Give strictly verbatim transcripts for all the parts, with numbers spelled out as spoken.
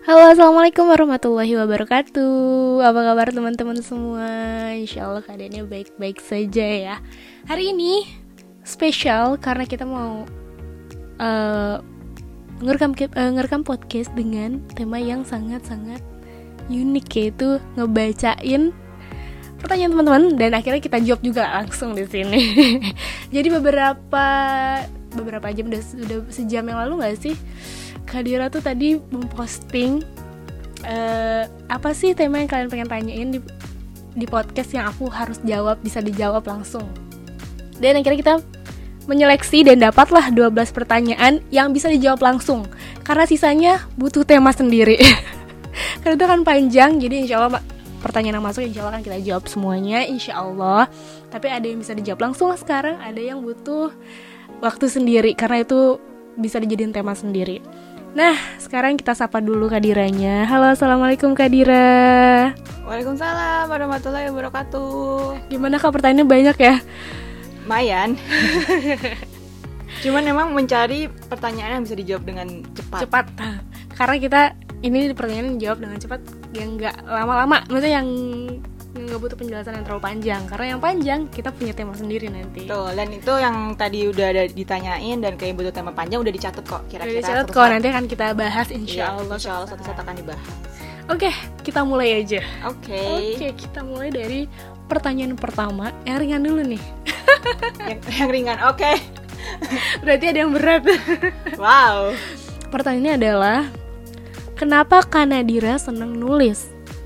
Halo, assalamualaikum warahmatullahi wabarakatuh. Apa kabar teman-teman semua? Insya Allah keadaannya baik-baik saja ya. Hari ini spesial karena kita mau uh, ngerekam uh, ngerekam podcast dengan tema yang sangat-sangat unik, yaitu ngebacain pertanyaan teman-teman dan akhirnya kita jawab juga langsung di sini. Jadi beberapa beberapa jam udah, udah sejam yang lalu nggak sih? Kak Dira tuh tadi memposting uh, apa sih tema yang kalian pengen tanyain di di podcast yang aku harus jawab, bisa dijawab langsung. Dan akhirnya kita menyeleksi dan dapatlah dua belas pertanyaan yang bisa dijawab langsung. Karena sisanya butuh tema sendiri. Karena itu kan panjang, jadi insya Allah pertanyaan yang masuk insya Allah kan kita jawab semuanya, insya Allah. Tapi ada yang bisa dijawab langsung sekarang, ada yang butuh waktu sendiri karena itu bisa dijadiin tema sendiri. Nah, sekarang kita sapa dulu Kak Diranya. Halo, assalamualaikum Kak Dira. Waalaikumsalam warahmatullahi wabarakatuh. Gimana Kak, pertanyaannya banyak ya? Lumayan. Cuman memang mencari pertanyaan yang bisa dijawab dengan cepat. Cepat. Karena kita ini pertanyaan dijawab dengan cepat, yang nggak lama-lama. Maksudnya yang nggak butuh penjelasan yang terlalu panjang. Karena yang panjang kita punya tema sendiri nanti. Tuh, dan itu yang tadi udah ada ditanyain dan kayak butuh tema panjang udah dicatat kok. Kira-kira udah dicatat kok, nanti akan kita bahas insya Allah. Insya Allah satu-satu akan dibahas. Oke, kita mulai aja. Oke. Oke, kita mulai dari pertanyaan pertama. Yang ringan dulu nih. yang, yang ringan, oke. Berarti ada yang berat. Wow. Pertanyaannya adalah, kenapa Kak Nadira seneng nulis?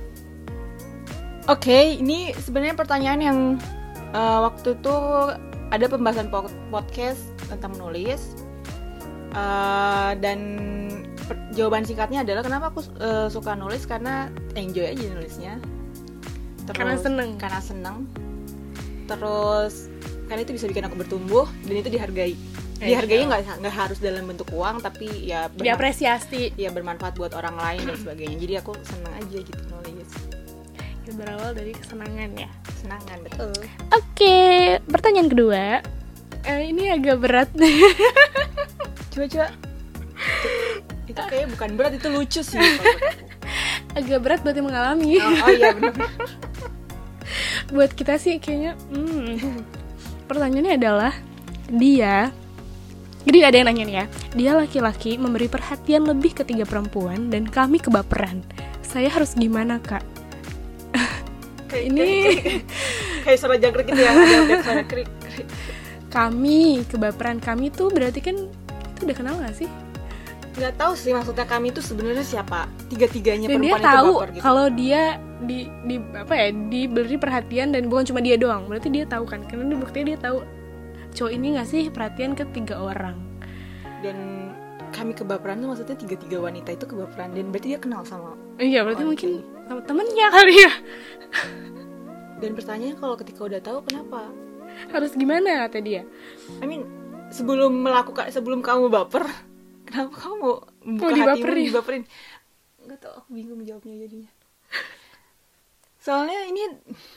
Oke, okay, ini sebenarnya pertanyaan yang uh, waktu itu ada pembahasan po- podcast tentang menulis uh, dan per- jawaban singkatnya adalah kenapa aku uh, suka nulis, karena enjoy aja nulisnya. Terus, karena seneng. Karena seneng. Terus karena itu bisa bikin aku bertumbuh dan itu dihargai. Eh, Dihargainya nggak nggak harus dalam bentuk uang, tapi ya bermanfa- diapresiasi. Ya bermanfaat buat orang lain dan sebagainya. Jadi aku seneng aja gitu nulis. Berawal dari kesenangan ya. Kesenangan, betul. Oke, pertanyaan kedua. Eh, ini agak berat. Coba-coba. Itu, itu kayak bukan berat, itu lucu sih. Agak berat buat yang mengalami. Oh, oh iya benar. Buat kita sih kayaknya. Hmm. Pertanyaannya adalah, dia. Jadi ada yang nanya nih ya. Dia laki-laki memberi perhatian lebih ke tiga perempuan dan kami kebaperan. Saya harus gimana, Kak? Kayak, ini kayak, kayak suara jangkrik gitu ya, ada suara krik, krik. Kami kebaperan, kami tuh berarti kan itu udah kenal nggak sih? Nggak tahu sih maksudnya kami tuh sebenarnya siapa, tiga-tiganya dan perempuan dia tahu itu baper gitu. Kalau dia di di apa ya diberi perhatian dan bukan cuma dia doang, berarti dia tahu kan, karena buktinya dia tahu cowok ini ngasih perhatian ke tiga orang. Dan kami kebaperan tuh maksudnya tiga-tiga wanita itu kebaperan dan berarti dia kenal sama. Iya, berarti oh, mungkin okay. sama temennya kali ya. Dan pertanyaannya kalau ketika udah tahu kenapa? Harus gimana kata dia? I mean, sebelum melakukan sebelum kamu baper, kenapa kamu buka oh, hatimu dibaperin? Enggak tahu, aku bingung jawabnya jadinya. Soalnya ini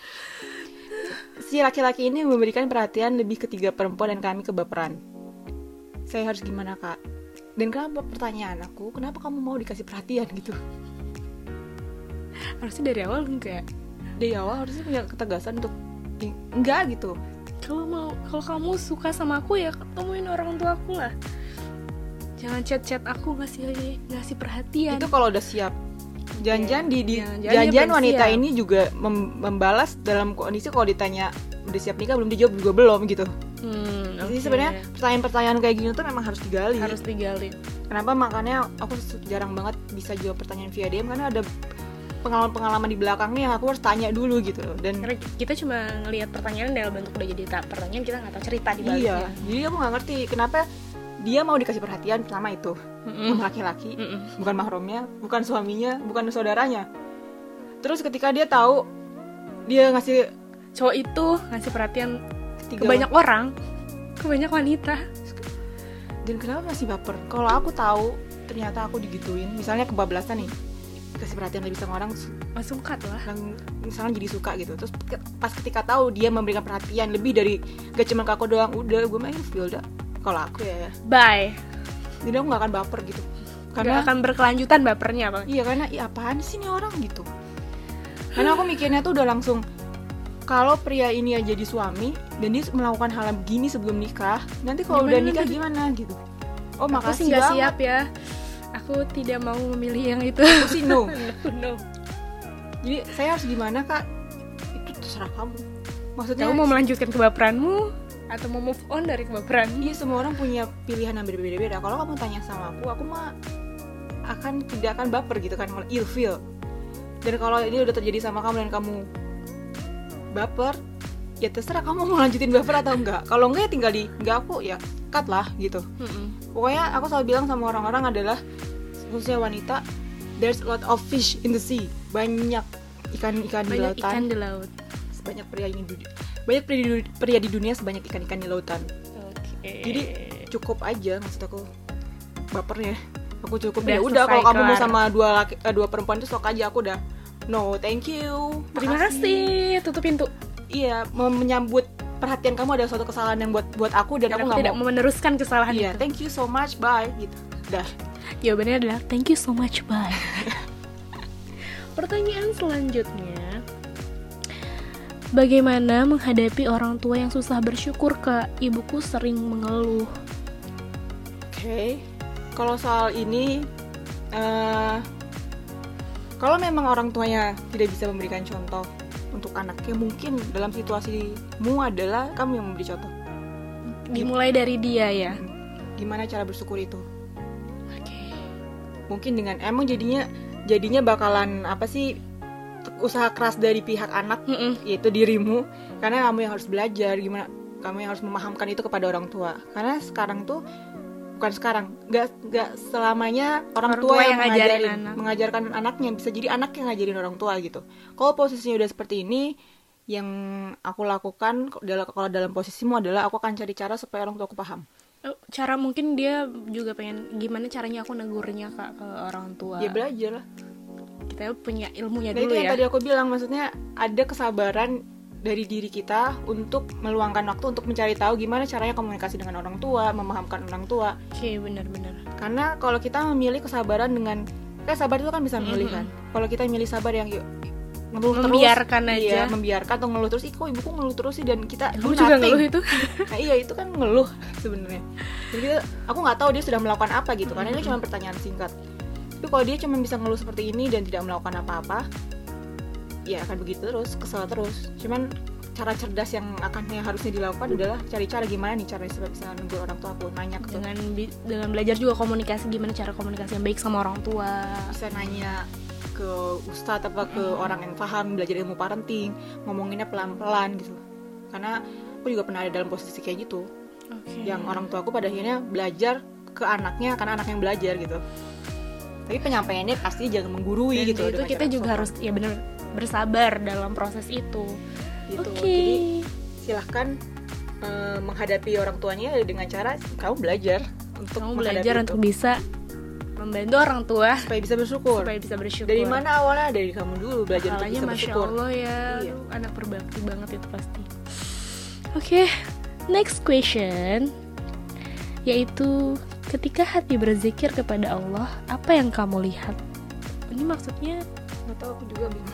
si laki-laki ini memberikan perhatian lebih ke tiga perempuan dan kami kebaperan. Saya harus gimana, Kak? Dan kenapa pertanyaan aku, kenapa kamu mau dikasih perhatian gitu? Harusnya dari awal enggak. Dari awal harusnya punya ketegasan untuk enggak gitu. Kalau mau, kalau kamu suka sama aku ya ketemuin orang tua aku lah. Jangan chat-chat aku ngasih ngasih perhatian. Itu kalau udah siap. Jangan-jangan di, di jangan-jangan jangan wanita siap. Ini juga mem- membalas dalam kondisi kalau ditanya udah siap nikah belum, dijawab juga belum gitu. Hmm, Jadi okay. sebenarnya pertanyaan-pertanyaan kayak gini tuh memang harus digali. Harus digali. Kenapa makanya aku jarang banget bisa jawab pertanyaan via D M, karena ada pengalaman-pengalaman di belakangnya yang aku harus tanya dulu gitu loh. Dan karena kita cuma ngelihat pertanyaan dalam bentuk udah jadi tak pertanyaan, kita nggak tahu cerita di baliknya. Iya, jadi aku nggak ngerti kenapa dia mau dikasih perhatian pertama itu Mm-mm. sama laki-laki, Mm-mm. bukan mahramnya, bukan suaminya, bukan saudaranya. Terus ketika dia tahu dia ngasih cowok itu ngasih perhatian tiga ke banyak orang, ke banyak wanita, dan kenapa masih baper? Kalau aku tahu ternyata aku digituin, misalnya kebablasan nih, kasih perhatian lebih sama orang, langsung cut lah. Misalnya jadi suka gitu. Terus pas ketika tahu dia memberikan perhatian lebih dari gak cuma ke aku doang, udah gue main feel dah. Kalau aku ya, Bye. jadi aku gak akan baper gitu. karena akan berkelanjutan bapernya bang. Iya karena iya apaan sih nih orang gitu. Karena aku mikirnya tuh udah langsung kalau pria ini aja jadi suami dan dia melakukan hal begini sebelum nikah, nanti kalau udah nikah nanti? Gimana gitu. Oh aku makasih sih nggak siap ya. Aku tidak mau memilih yang itu. Aku sih no. no, no. Jadi saya harus gimana kak? Itu terserah kamu. Maksudnya kamu mau melanjutkan kebaperanmu atau mau move on dari kebaperan? Iya semua orang punya pilihan yang berbeda-beda. Kalau kamu tanya sama aku, aku mah akan tidak akan baper gitu kan, malah ilfeel. Dan kalau ini udah terjadi sama kamu dan kamu baper, ya terserah kamu mau lanjutin baper atau enggak. Kalau enggak ya tinggal di enggak aku ya cut lah gitu. Mm-mm. Pokoknya aku selalu bilang sama orang-orang adalah khususnya wanita, there's a lot of fish in the sea. Banyak ikan-ikan di lautan. Banyak ikan di laut. Sebanyak pria ini banyak pria di, pria di dunia sebanyak ikan-ikan di lautan. Okay. Jadi cukup aja maksud aku bapernya. Aku cukup udah ya udah kalau kamu mau sama dua laki, dua perempuan itu sok aja, aku udah no thank you. Terima kasih. Tutup pintu. Iya, menyambut perhatian kamu adalah suatu kesalahan yang buat buat aku dan, dan aku nggak tidak mau meneruskan kesalahan iya, itu. Thank you so much, bye gitu. Dah. Jawabannya adalah thank you so much, bye. Pertanyaan selanjutnya, bagaimana menghadapi orang tua yang susah bersyukur Kak? Ibuku sering mengeluh. Oke, okay. Kalau soal ini, uh, kalau memang orang tuanya tidak bisa memberikan contoh untuk anaknya, mungkin dalam situasimu adalah kamu yang memberi contoh. Dimulai dari dia ya. Gimana cara bersyukur itu? Oke. Okay. Mungkin dengan emang jadinya jadinya bakalan apa sih usaha keras dari pihak anak, Mm-mm. yaitu dirimu, karena kamu yang harus belajar gimana kamu yang harus memahamkan itu kepada orang tua. Karena sekarang tuh bukan sekarang, nggak nggak selamanya orang, orang tua, tua yang, yang mengajarin, anak. mengajarkan anaknya, bisa jadi anak yang ngajarin orang tua gitu. Kalau posisinya udah seperti ini, yang aku lakukan kalau dalam posisimu adalah aku akan cari cara supaya orang tua aku paham. Cara mungkin dia juga pengen gimana caranya aku negurnya Kak ke orang tua. Ya belajar lah. Kita punya ilmunya nah, dulu itu ya. Yang tadi aku bilang, maksudnya ada kesabaran dari diri kita untuk meluangkan waktu untuk mencari tahu gimana caranya komunikasi dengan orang tua, memahamkan orang tua. Oke, okay, benar-benar. Karena kalau kita memilih kesabaran dengan, kayak sabar itu kan bisa memilih kan. Mm-hmm. Kalau kita milih sabar yang yuk, ngeluh membiarkan terus, aja. Iya, membiarkan atau ngeluh terus. Ih, kok ibuku ngeluh terus sih dan kita aku juga ngeluh itu. Nah, iya itu kan ngeluh sebenarnya. Jadi aku nggak tahu dia sudah melakukan apa gitu. Karena mm-hmm. ini cuma pertanyaan singkat. Tapi kalau dia cuma bisa ngeluh seperti ini dan tidak melakukan apa-apa, ya akan begitu terus, kesel terus. Cuman cara cerdas yang akan yang harusnya dilakukan adalah cari cara gimana nih caranya supaya bisa negur orang tua aku, nanya ke dengan bi- dengan belajar juga komunikasi, gimana cara komunikasi yang baik sama orang tua. Bisa nanya ke ustadz apa ke hmm. orang yang paham, belajar ilmu parenting, ngomonginnya pelan-pelan gitu. Karena aku juga pernah ada dalam posisi kayak gitu. Okay. Yang orang tua aku pada akhirnya belajar ke anaknya karena anak yang belajar gitu. Tapi penyampaiannya pasti jangan menggurui. Dan gitu. Dan itu kita juga sopan. Harus ya benar bersabar dalam proses itu. Gitu. Okay. Jadi silahkan uh, menghadapi orang tuanya dengan cara kamu belajar untuk kamu belajar itu. Untuk bisa membantu orang tua supaya bisa bersyukur. Supaya bisa bersyukur. Dari mana awalnya? Dari kamu dulu belajar untuk bisa Masya bersyukur. Masya Allah ya, iya. Lu anak berbakti banget itu pasti. Oke, okay. Next question, yaitu ketika hati berzikir kepada Allah, apa yang kamu lihat? Ini maksudnya nggak tahu, aku juga bingung.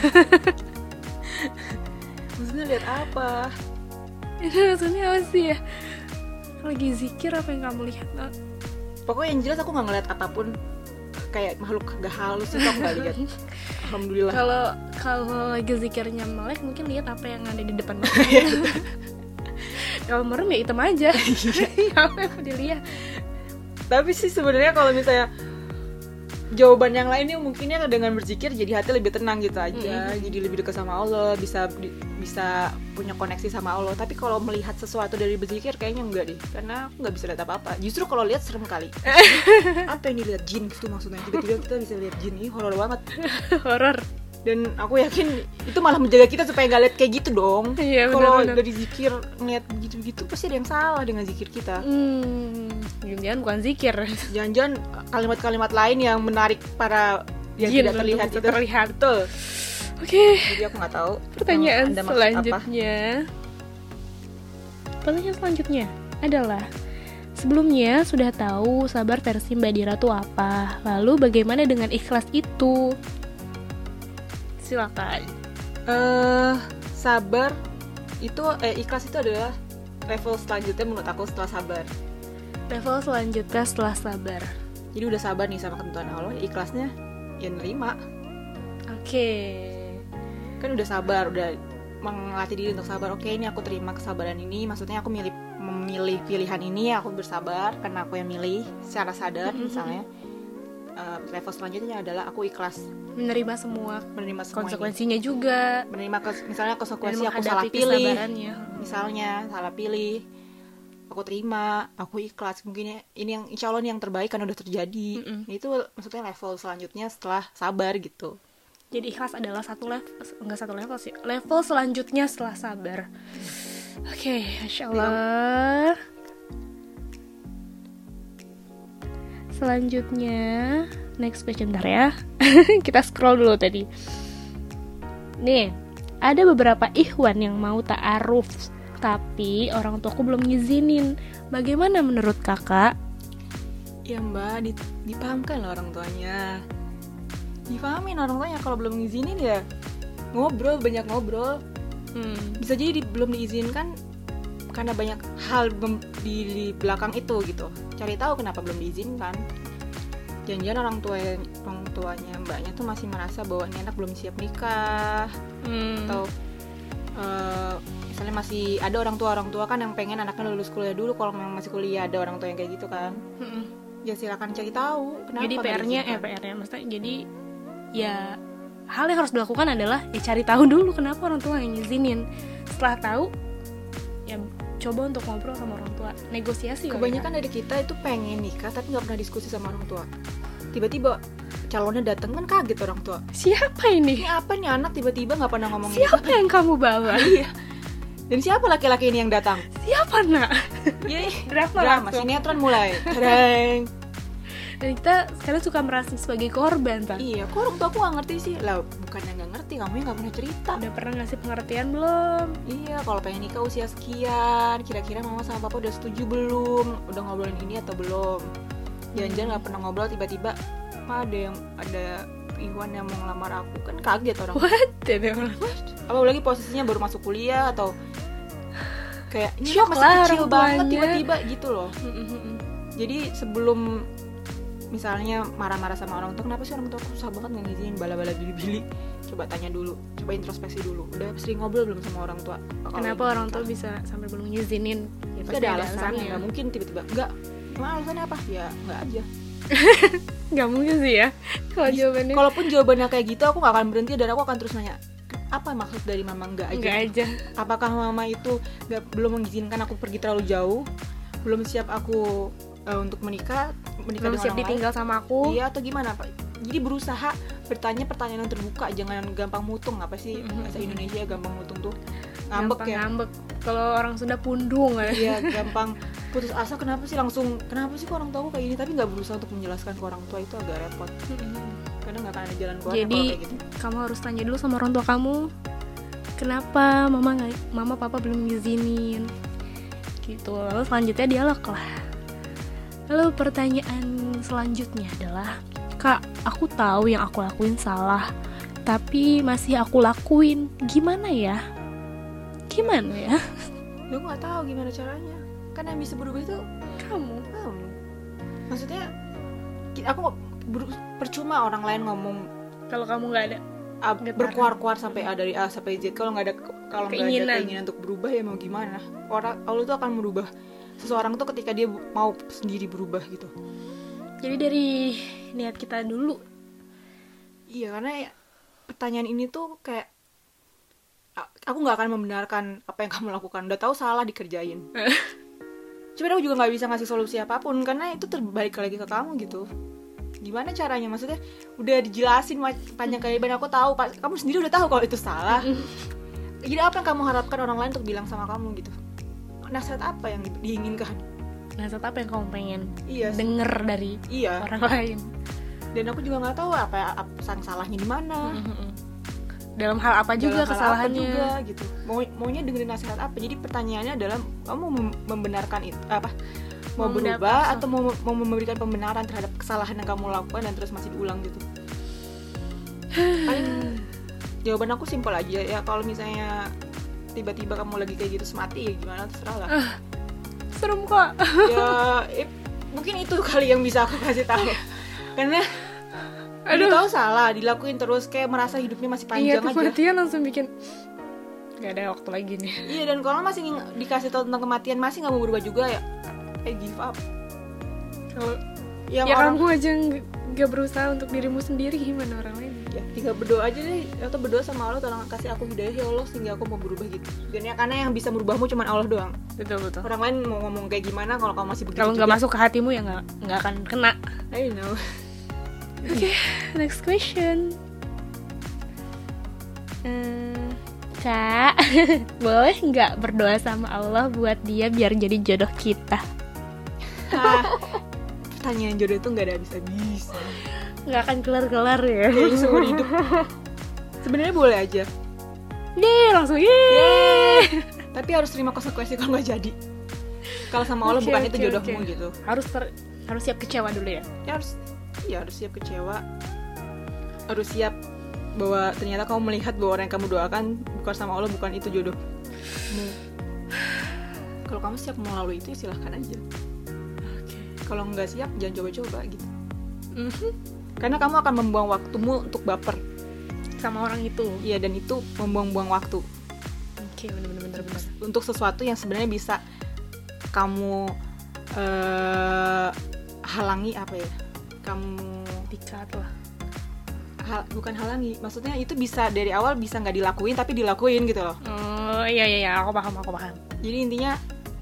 Maksudnya lihat apa? Itu maksudnya apa sih ya? Lagi zikir apa yang kamu lihat? Nah? Pokoknya yang jelas aku nggak ngeliat apapun kayak makhluk gak halus itu aku nggak lihat. Alhamdulillah. Kalau kalau lagi zikirnya melek mungkin lihat apa yang ada di depan matanya. Kalau merem ya hitam aja. Apa yang mau dilihat? Tapi sih sebenarnya kalau misalnya jawaban yang lainnya mungkinnya dengan berzikir jadi hati lebih tenang gitu aja, mm-hmm. jadi lebih dekat sama Allah, bisa bisa punya koneksi sama Allah. Tapi kalau melihat sesuatu dari berzikir kayaknya enggak deh, karena aku nggak bisa lihat apa-apa. Justru kalau lihat serem kali. Apa yang dilihat jin gitu maksudnya? Tiba-tiba kita bisa lihat jin, ini horor banget. Horor. Dan aku yakin itu malah menjaga kita supaya nggak lihat kayak gitu dong. Iya, kalau dari zikir ngeliat gitu-gitu pasti ada yang salah dengan zikir kita. Hmm, jangan-jangan bukan zikir. Jangan-jangan kalimat-kalimat lain yang menarik para yang jin tidak terlihat itu. Terlihat. Betul. Oke. Okay. Jadi aku nggak tahu. Pertanyaan selanjutnya. Apa? Pertanyaan selanjutnya adalah Sebelumnya sudah tahu sabar versi Mbak Dira tuh apa. Lalu bagaimana dengan ikhlas itu? Silakan. Eh, sabar itu eh ikhlas itu adalah level selanjutnya menurut aku setelah sabar. Level selanjutnya setelah sabar. Jadi udah sabar nih sama ketentuan Allah, ikhlasnya ya nerima. Oke. Kan udah sabar, udah melatih diri untuk sabar. Oke, ini aku terima kesabaran ini. Maksudnya aku milih memilih pilihan ini, aku bersabar karena aku yang milih secara sadar. Misalnya uh, level selanjutnya adalah aku ikhlas Menerima semua menerima semua konsekuensinya ini. juga. Menerima kes- misalnya konsekuensi Dan aku salah menghadapi pilih. kesabarannya. Misalnya salah pilih, aku terima, aku ikhlas. Mungkin ini yang insya Allah ini yang terbaik kan udah terjadi. Mm-mm. Itu maksudnya level selanjutnya setelah sabar gitu. Jadi ikhlas adalah satu level, enggak satu level sih. Level selanjutnya setelah sabar. Oke, okay, Masya Allah. Selanjutnya, next question bentar ya. Kita scroll dulu tadi. Nih, ada beberapa ikhwan yang mau ta'aruf, tapi orang tuaku belum ngizinin. Bagaimana menurut kakak? Ya mbak, dipahamkan lah orang tuanya. Dipahamin orang tuanya, kalau belum ngizinin ya ngobrol, banyak ngobrol. hmm. Bisa jadi di, belum diizinkan karena banyak hal bem, di, di belakang itu gitu. Cari tahu kenapa belum diizinkan. Jangan-jangan orang tua orang tuanya mbaknya tuh masih merasa bahwa ini anak belum siap nikah. hmm. Atau uh, misalnya masih ada orang tua orang tua kan yang pengen anaknya lulus kuliah dulu. Kalau memang masih kuliah ada orang tua yang kayak gitu kan. hmm. Ya silakan cari tahu kenapa. Jadi P R-nya eh P R-nya maksudnya jadi ya hal yang harus dilakukan adalah ya cari tahu dulu kenapa orang tua yang ngizinin. Setelah tahu ya coba untuk ngobrol sama orang tua, negosiasi. Kebanyakan dari kita itu pengen nikah tapi nggak pernah diskusi sama orang tua. Tiba-tiba calonnya datang kan kaget orang tua. Siapa ini? Ini apa nih anak tiba-tiba nggak pernah ngomongin. Siapa yang kamu bawa? Iya. Dan siapa laki-laki ini yang datang? Siapa nak? Iya. Drama, drama sinetron mulai. Tereng. Dan kita sekarang suka merasa sebagai korban, Pak. Iya, kok orang tua aku nggak ngerti sih. Lah, bukannya nggak ngerti, kamu yang nggak pernah cerita. Udah pernah ngasih pengertian belum? Iya, kalau pengen nikah usia sekian, kira-kira mama sama papa udah setuju belum? Udah ngobrolin ini atau belum? Jangan-jangan nggak pernah ngobrol, tiba-tiba ma ada yang ada Iwan yang mau ngelamar aku, kan kaget orang. What? Ada orang. Apalagi posisinya baru masuk kuliah atau kayak ini Shock masih lah kecil orang banget tuanya. tiba-tiba gitu loh. Jadi sebelum misalnya marah-marah sama orang tua, kenapa sih orang tua susah banget nggak ngizinin, bala-bala bili-bili, coba tanya dulu, coba introspeksi dulu. Udah sering ngobrol belum sama orang tua? Kenapa orang tua bisa sampai belum ngizinin? Ya, pasti ada alasannya, nggak mungkin tiba-tiba enggak. Emang alasannya apa? Ya nggak aja. Nggak mungkin sih ya kalau jawabannya. Kalaupun jawabannya kayak gitu, aku nggak akan berhenti dan aku akan terus nanya, apa maksud dari mama nggak aja? Nggak aja. Apakah mama itu nggak belum mengizinkan aku pergi terlalu jauh? Belum siap aku uh, untuk menikah? menikah Belum siap ditinggal lain? Sama aku? Iya atau gimana Pak? Jadi berusaha bertanya pertanyaan yang terbuka, jangan gampang mutung. Apa sih mm-hmm. bahasa Indonesia gampang mutung tuh? Ngambek gampang ya. Ngambek. Kalau orang Sunda pundung ya. Iya, gampang putus asa. Kenapa sih langsung? Kenapa sih kok orang tua aku kayak gini? Tapi nggak berusaha untuk menjelaskan ke orang tua, itu agak repot. Mm-hmm. Karena nggak akan ada jalan keluar. Jadi kayak gitu. Kamu harus tanya dulu sama orang tua kamu. Kenapa mama nggak, mama papa belum ngizinin? Gitu. Lalu selanjutnya dialog lah. Lalu pertanyaan selanjutnya adalah, Kak, aku tahu yang aku lakuin salah, tapi masih aku lakuin. Gimana ya? Gimana ya? Lu nggak tahu gimana caranya. Kan yang bisa berubah itu kamu. Kamu. Maksudnya, aku ber- percuma orang lain ngomong kalau kamu nggak ada uh, berkuar-kuar sampai A dari A sampai Z. Kalau nggak ada kalau nggak ada keinginan untuk berubah ya mau gimana? Orang Allah tuh akan merubah seseorang tuh ketika dia mau sendiri berubah gitu. Jadi dari niat kita dulu. Iya, karena ya, pertanyaan ini tuh kayak aku nggak akan membenarkan apa yang kamu lakukan. Udah tahu salah dikerjain. Cuma aku juga nggak bisa ngasih solusi apapun karena itu terbalik lagi ke kamu gitu. Gimana caranya? Maksudnya udah dijelasin panjang kali lebar, aku tahu. Kamu sendiri udah tahu kalau itu salah. Jadi apa yang kamu harapkan orang lain untuk bilang sama kamu gitu? Nasihat apa yang diinginkan? Nasihat apa yang kamu pengen iya, denger dari iya. orang lain? Dan aku juga nggak tahu apa, apa sang salahnya di mana. Mm-hmm. Dalam hal apa juga Dalam kesalahannya? Hal apa juga gitu. Mau maunya dengerin nasihat apa? Jadi pertanyaannya adalah kamu mem- membenarkan itu apa? mau, Mau berubah mendapat- atau mau mau memberikan pembenaran terhadap kesalahan yang kamu lakukan dan terus masih diulang gitu. Paling jawaban aku simpel aja ya, kalau misalnya tiba-tiba kamu lagi kayak gitu semati ya gimana terserah lah. Serem kok. Ya eh, mungkin itu kali yang bisa aku kasih tahu. Karena Aduh. Aduh. tahu salah dilakuin terus kayak merasa hidupnya masih Iya, panjang tuh aja. kematian langsung bikin nggak ada waktu lagi nih. Iya, dan kalau masih ng- dikasih tahu tentang kematian masih nggak mau berubah juga ya, eh give up. Kalau Yang ya orang kamu aja nggak- nggak berusaha untuk dirimu sendiri, gimana orang lain? ya tinggal berdoa aja deh, atau berdoa sama Allah tolong kasih aku hidayah ya Allah sehingga aku mau berubah gitu. Dan ya karena yang bisa merubahmu cuma Allah doang. Betul betul. Orang lain mau ngomong kayak gimana kalau kamu masih begitu Kalau nggak juga, masuk ke hatimu ya nggak nggak akan kena. I don't know. Oke, next question. Hmm, Kak, boleh nggak berdoa sama Allah buat dia biar jadi jodoh kita? Ah, pertanyaan jodoh itu nggak ada habis-habis. Nggak akan kelar-kelar ya. Kayak seumur hidup. Sebenarnya boleh aja, Deh, langsung yeay. tapi harus terima konsekuensi kalau nggak jadi. Kalau sama Allah Oke, bukan oke, itu jodohmu oke. gitu. Harus ter- harus siap kecewa dulu ya. Ya harus, ya harus siap kecewa. Harus siap bahwa ternyata kamu melihat bahwa orang yang kamu doakan bukan sama Allah, bukan itu jodohmu. Kalau kamu siap melalui itu silahkan aja. Kalau nggak siap jangan coba-coba gitu. Karena kamu akan membuang waktumu untuk baper. Sama orang itu. Iya, dan itu membuang-buang waktu Oke, bener-bener bener. untuk sesuatu yang sebenarnya bisa kamu eh, halangi apa ya? Kamu Dicat lah. hal, bukan halangi, maksudnya itu bisa dari awal bisa nggak dilakuin tapi dilakuin gitu loh. Oh iya iya iya, aku paham aku paham. Jadi intinya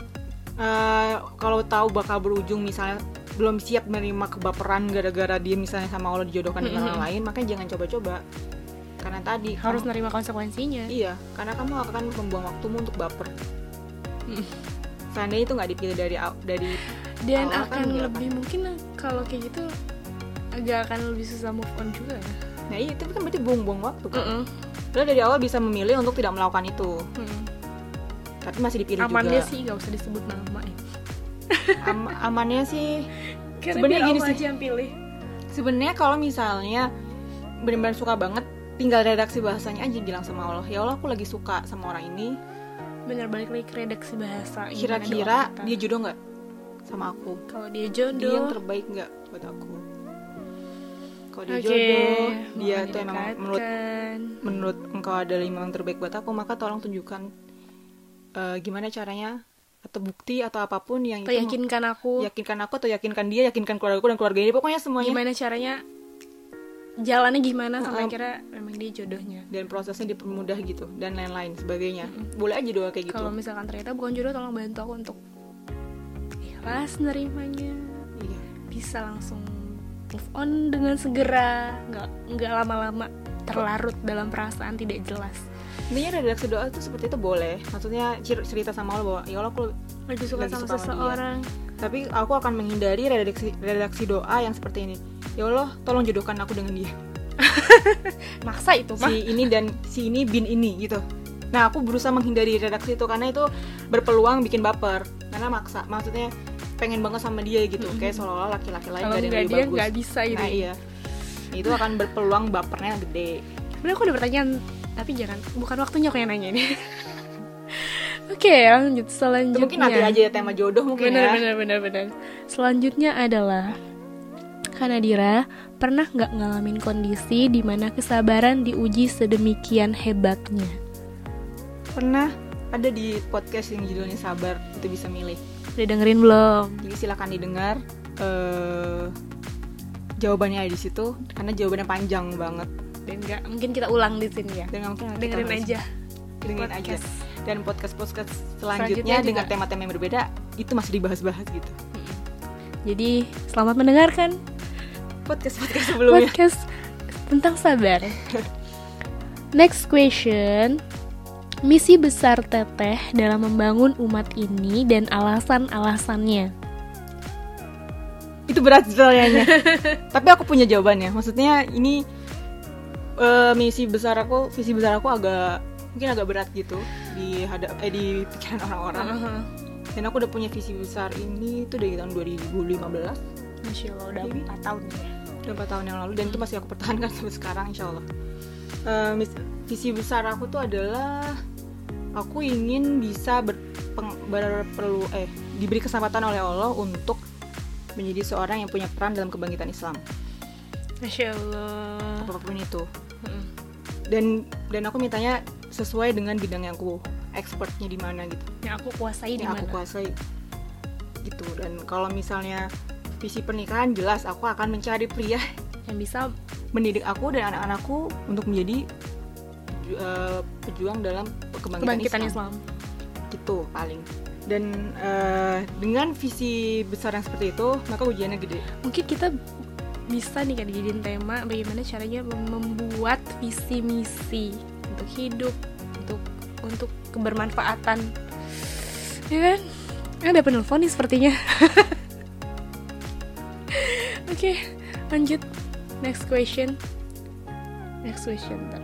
eh, kalau tahu bakal berujung misalnya belum siap menerima kebaperan gara-gara dia misalnya sama Allah dijodohkan dengan orang lain, makanya jangan coba-coba. Karena tadi Harus kamu- nerima konsekuensinya. iya, karena kamu akan membuang waktumu untuk baper. Seandainya itu nggak dipilih dari aw- dari Dan awal kan akan nggak lebih mungkin kalau kayak gitu agak akan lebih susah move on juga ya. nah iya, itu kan berarti buang-buang waktu kan. Mm-mm. Lo dari awal bisa memilih untuk tidak melakukan itu, Mm. tapi masih dipilih Amannya juga. sih gak usah disebut nama ya. Am- amannya sih Karena Sebenarnya biar gini Allah sih. aja yang pilih. sebenarnya kalau misalnya benar-benar suka banget, tinggal redaksi bahasanya aja bilang sama Allah, ya Allah aku lagi suka sama orang ini, Bener, balik lagi ke redaksi bahasa. Gimana kira-kira doa kita. dia jodoh nggak sama aku, Kalau dia dia yang jodoh, terbaik nggak buat aku. Kalau dia oke, jodoh, mau dia tuh emang menurut didekatkan. menurut engkau adalah yang memang terbaik buat aku, maka tolong tunjukkan eh, gimana caranya atau bukti atau apapun yang Atau itu yakinkan aku yakinkan aku atau yakinkan dia, yakinkan keluargaku dan keluarga ini, pokoknya semuanya. gimana caranya, jalannya gimana sampai Mm-mm. kira memang dia jodohnya. Dan prosesnya dipermudah gitu dan lain-lain sebagainya. Boleh aja doa kayak gitu. Kalau misalkan ternyata bukan jodoh, tolong bantu aku untuk ikhlas nerimanya, Iya. bisa langsung move on dengan segera, nggak nggak lama-lama terlarut dalam perasaan tidak jelas. Intinya redaksi doa itu seperti itu boleh. Maksudnya cer- cerita sama Allah bahwa ya Allah aku Lagi suka Lagi sama suka sama seseorang. tapi aku akan menghindari redaksi redaksi doa yang seperti ini. Ya Allah, tolong jodohkan aku dengan dia. Maksa itu mah. Si ini dan si ini bin ini gitu. Nah, aku berusaha menghindari redaksi itu karena itu berpeluang bikin baper. Karena maksa, maksudnya pengen banget sama dia gitu. Kayak seolah-olah laki-laki lain Kalau gak ada yang nggak lebih dia bagus. nggak bisa gitu. Nah, iya. Itu akan berpeluang bapernya gede. Sebenarnya aku ada pertanyaan, tapi jangan, bukan waktunya aku yang nanya ini. Oke, lanjut selanjutnya. Itu mungkin nanti aja ya tema jodoh mungkin bener, ya. bener, bener, bener. Selanjutnya adalah Kak Nadira, pernah nggak ngalamin kondisi di mana kesabaran diuji sedemikian hebatnya? Pernah ada di podcast yang judulnya Sabar, itu bisa milih. Udah dengerin belum? Jadi silakan didengar. Eh, jawabannya ada di situ karena jawabannya panjang banget. Dan nggak mungkin kita ulang di sini ya. Dan nggak mungkin kita Dengerin bahas. aja. dengerin aja. podcast. Dan podcast-podcast Selanjutnya selanjutnya juga. dengan tema-tema yang berbeda itu masih dibahas-bahas gitu. Jadi selamat mendengarkan Podcast-podcast sebelumnya. podcast tentang sabar. Next question. Misi besar Teteh dalam membangun umat ini dan alasan-alasannya. Itu berat soalnya. Tapi aku punya jawabannya. Maksudnya ini eh, misi besar aku, visi besar aku agak mungkin agak berat gitu di hadap eh di pikiran orang-orang. Dan Dan aku udah punya visi besar ini tuh dari tahun dua ribu lima belas. Masya Allah, udah Jadi, empat tahun ya. Udah empat tahun yang lalu, dan itu masih aku pertahankan sampai sekarang insya Allah. Uh, visi besar aku tuh adalah aku ingin bisa berpeng, berperlu eh diberi kesempatan oleh Allah untuk menjadi seorang yang punya peran dalam kebangkitan Islam. Masya Allah. Apapun itu. Hmm. Dan dan aku mintanya sesuai dengan bidang yang aku expertnya di mana gitu. Yang aku kuasai di mana? Yang aku kuasai. Gitu. Dan kalau misalnya visi pernikahan, jelas aku akan mencari pria yang bisa mendidik aku dan anak-anakku untuk menjadi uh, pejuang dalam kebangkitan, kebangkitan Islam. Islam. Gitu paling. Dan uh, dengan visi besar yang seperti itu, maka ujiannya gede. Mungkin kita bisa nih kan dijadiin tema bagaimana caranya membuat visi misi untuk hidup, untuk untuk kebermanfaatan, ya kan? Ada penelpon nih sepertinya. Oke, okay, lanjut. Next question. Next question. Ntar.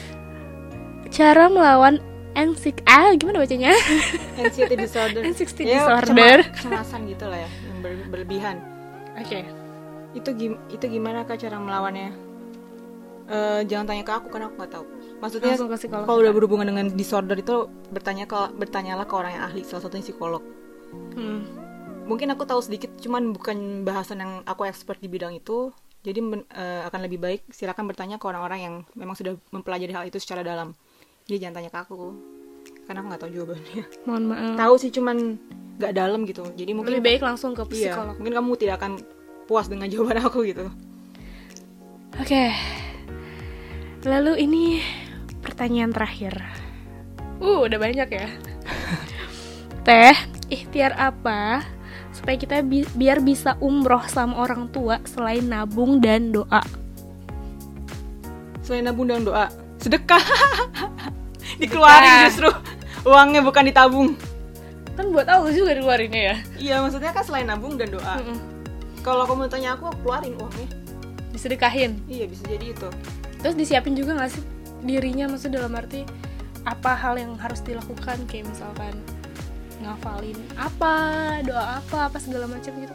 Cara melawan anxiety, ah gimana bacanya? Anxiety disorder. Anxiety ya, disorder. Kecemasan gitu lah ya, yang ber- berlebihan. Oke. Okay. Itu gim- itu gimana Kak cara melawannya? Uh, jangan tanya ke aku karena aku nggak tahu. Maksudnya kalau udah berhubungan dengan disorder itu bertanya ke bertanyalah ke orang yang ahli, salah satunya psikolog. Hmm. Mungkin aku tahu sedikit, cuman bukan bahasan yang aku expert di bidang itu. Jadi men, uh, akan lebih baik silakan bertanya ke orang-orang yang memang sudah mempelajari hal itu secara dalam. Jadi jangan tanya ke aku, karena aku nggak tahu jawabannya. Mohon maaf. Tahu sih, cuman nggak dalam gitu. Jadi mungkin lebih baik langsung ke psikolog. Iya, mungkin kamu tidak akan puas dengan jawaban aku gitu. Oke. Okay. Lalu ini pertanyaan terakhir. Uh, udah banyak ya. Teh, ikhtiar apa supaya kita bi- biar bisa umroh sama orang tua selain nabung dan doa? Selain nabung dan doa, sedekah. Dikeluarin justru uangnya, bukan ditabung. Kan buat Allah juga dikeluarinnya ya. Iya, maksudnya kan selain nabung dan doa. Mm-mm. Kalau kamu tanya aku, aku keluarin uangnya. Disedekahin? Iya, bisa jadi itu. Terus disiapin juga gak sih dirinya, maksudnya dalam arti apa hal yang harus dilakukan, kayak misalkan ngafalin apa, doa apa, apa segala macam gitu?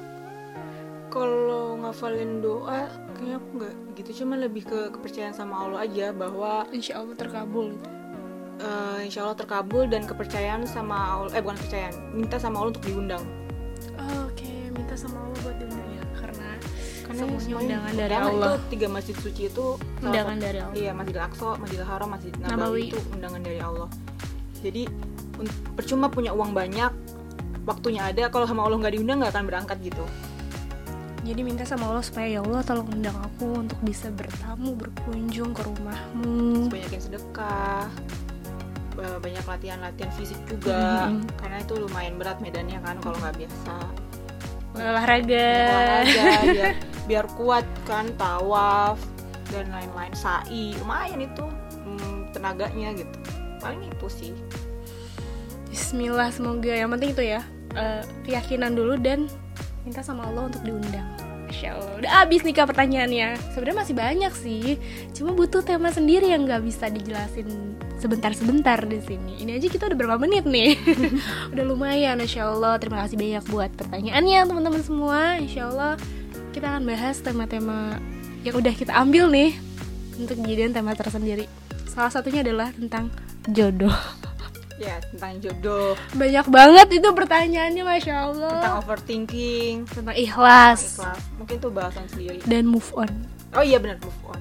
Kalau ngafalin doa, kayaknya aku nggak gitu, cuma lebih ke kepercayaan sama Allah aja bahwa insya Allah terkabul. Uh, insya Allah terkabul, dan kepercayaan sama Allah, eh bukan kepercayaan, minta sama Allah untuk diundang. Oh, Oke, okay. Minta sama Allah buat diundang ya, karena karena semuanya semuanya undangan dari Allah. Itu tiga masjid suci itu undangan dari Allah. Iya, Masjidil Aqsa, Masjidil Haram, Masjid Nabawi, Nabawi itu undangan dari Allah. Jadi percuma punya uang banyak, waktunya ada, kalau sama Allah nggak diundang nggak akan berangkat gitu. Jadi minta sama Allah supaya ya Allah tolong undang aku untuk bisa bertamu, berkunjung ke rumahmu. Banyakin sedekah, banyak latihan-latihan fisik juga, mm-hmm. karena itu lumayan berat medannya kan kalau nggak biasa. Olahraga. Olahraga biar, biar kuat kan, tawaf dan lain-lain, sa'i, lumayan itu hmm, tenaganya gitu. Paling itu sih. Bismillah, semoga yang penting itu ya, uh, keyakinan dulu dan minta sama Allah untuk diundang. Masya Allah, udah abis nih Kak pertanyaannya. Sebenarnya masih banyak sih, cuma butuh tema sendiri yang nggak bisa dijelasin sebentar-sebentar di sini. Ini aja kita udah berapa menit nih. Udah lumayan, Masya Allah. Terima kasih banyak buat pertanyaannya teman-teman semua. Insya Allah kita akan bahas tema-tema yang udah kita ambil nih untuk dijadikan tema tersendiri. Salah satunya adalah tentang jodoh. Ya, tentang jodoh. Banyak banget itu pertanyaannya, Masya Allah. Tentang overthinking, tentang ikhlas. ikhlas. Mungkin itu bahasan sendiri. Dan move on. Oh iya benar, move on.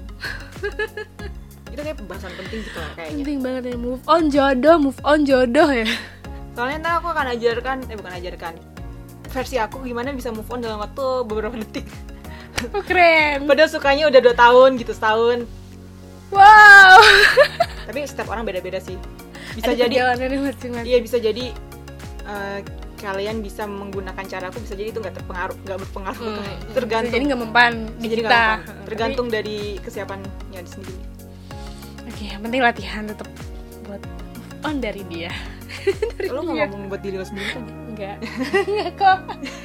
Itu kayak pembahasan penting gitu lah kayaknya. Penting banget ya, move on jodoh, move on jodoh ya. Soalnya ntar aku akan ajarkan, eh bukan ajarkan, versi aku gimana bisa move on dalam waktu beberapa detik. Oh keren. Padahal sukanya udah dua tahun gitu, setahun. Wow. Tapi setiap orang beda-beda sih. Bisa ada jadi masing-masing. Iya, bisa jadi uh, kalian bisa menggunakan caraku, bisa jadi itu nggak terpengaruh, nggak berpengaruh, hmm, tergantung. Jadi nggak mempan di jadi kita. Mempan. Tergantung Tapi, dari kesiapannya sendiri. Oke, okay, yang penting latihan tetap buat move on dari dia. Lo nggak ngomong buat diri lo sendiri kan? Enggak, enggak kok.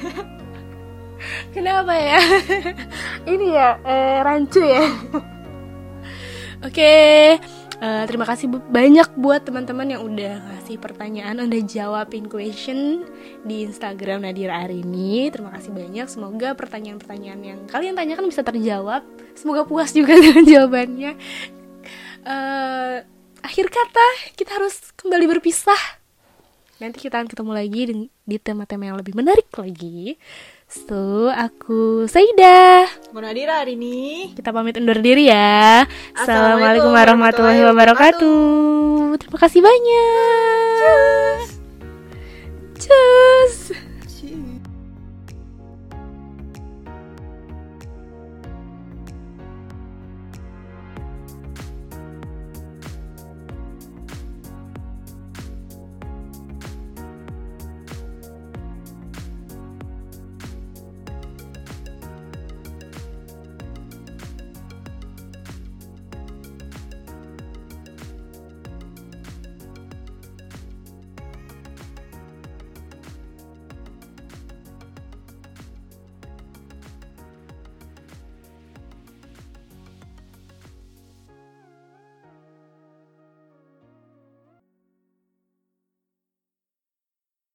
Kenapa ya? Ini ya eh, rancu ya. Oke. Okay. Uh, terima kasih banyak buat teman-teman yang udah ngasih pertanyaan, udah jawabin question di Instagram Nadira Arini. Terima kasih banyak. Semoga pertanyaan-pertanyaan yang kalian tanyakan bisa terjawab. Semoga puas juga dengan jawabannya. Uh, akhir kata, kita harus kembali berpisah. Nanti kita akan ketemu lagi di, di tema-tema yang lebih menarik lagi. So, aku Saida. Gue Nadira hari ini. Kita pamit undur diri ya. Assalamualaikum warahmatullahi wabarakatuh. Terima kasih banyak. Cus. Cus.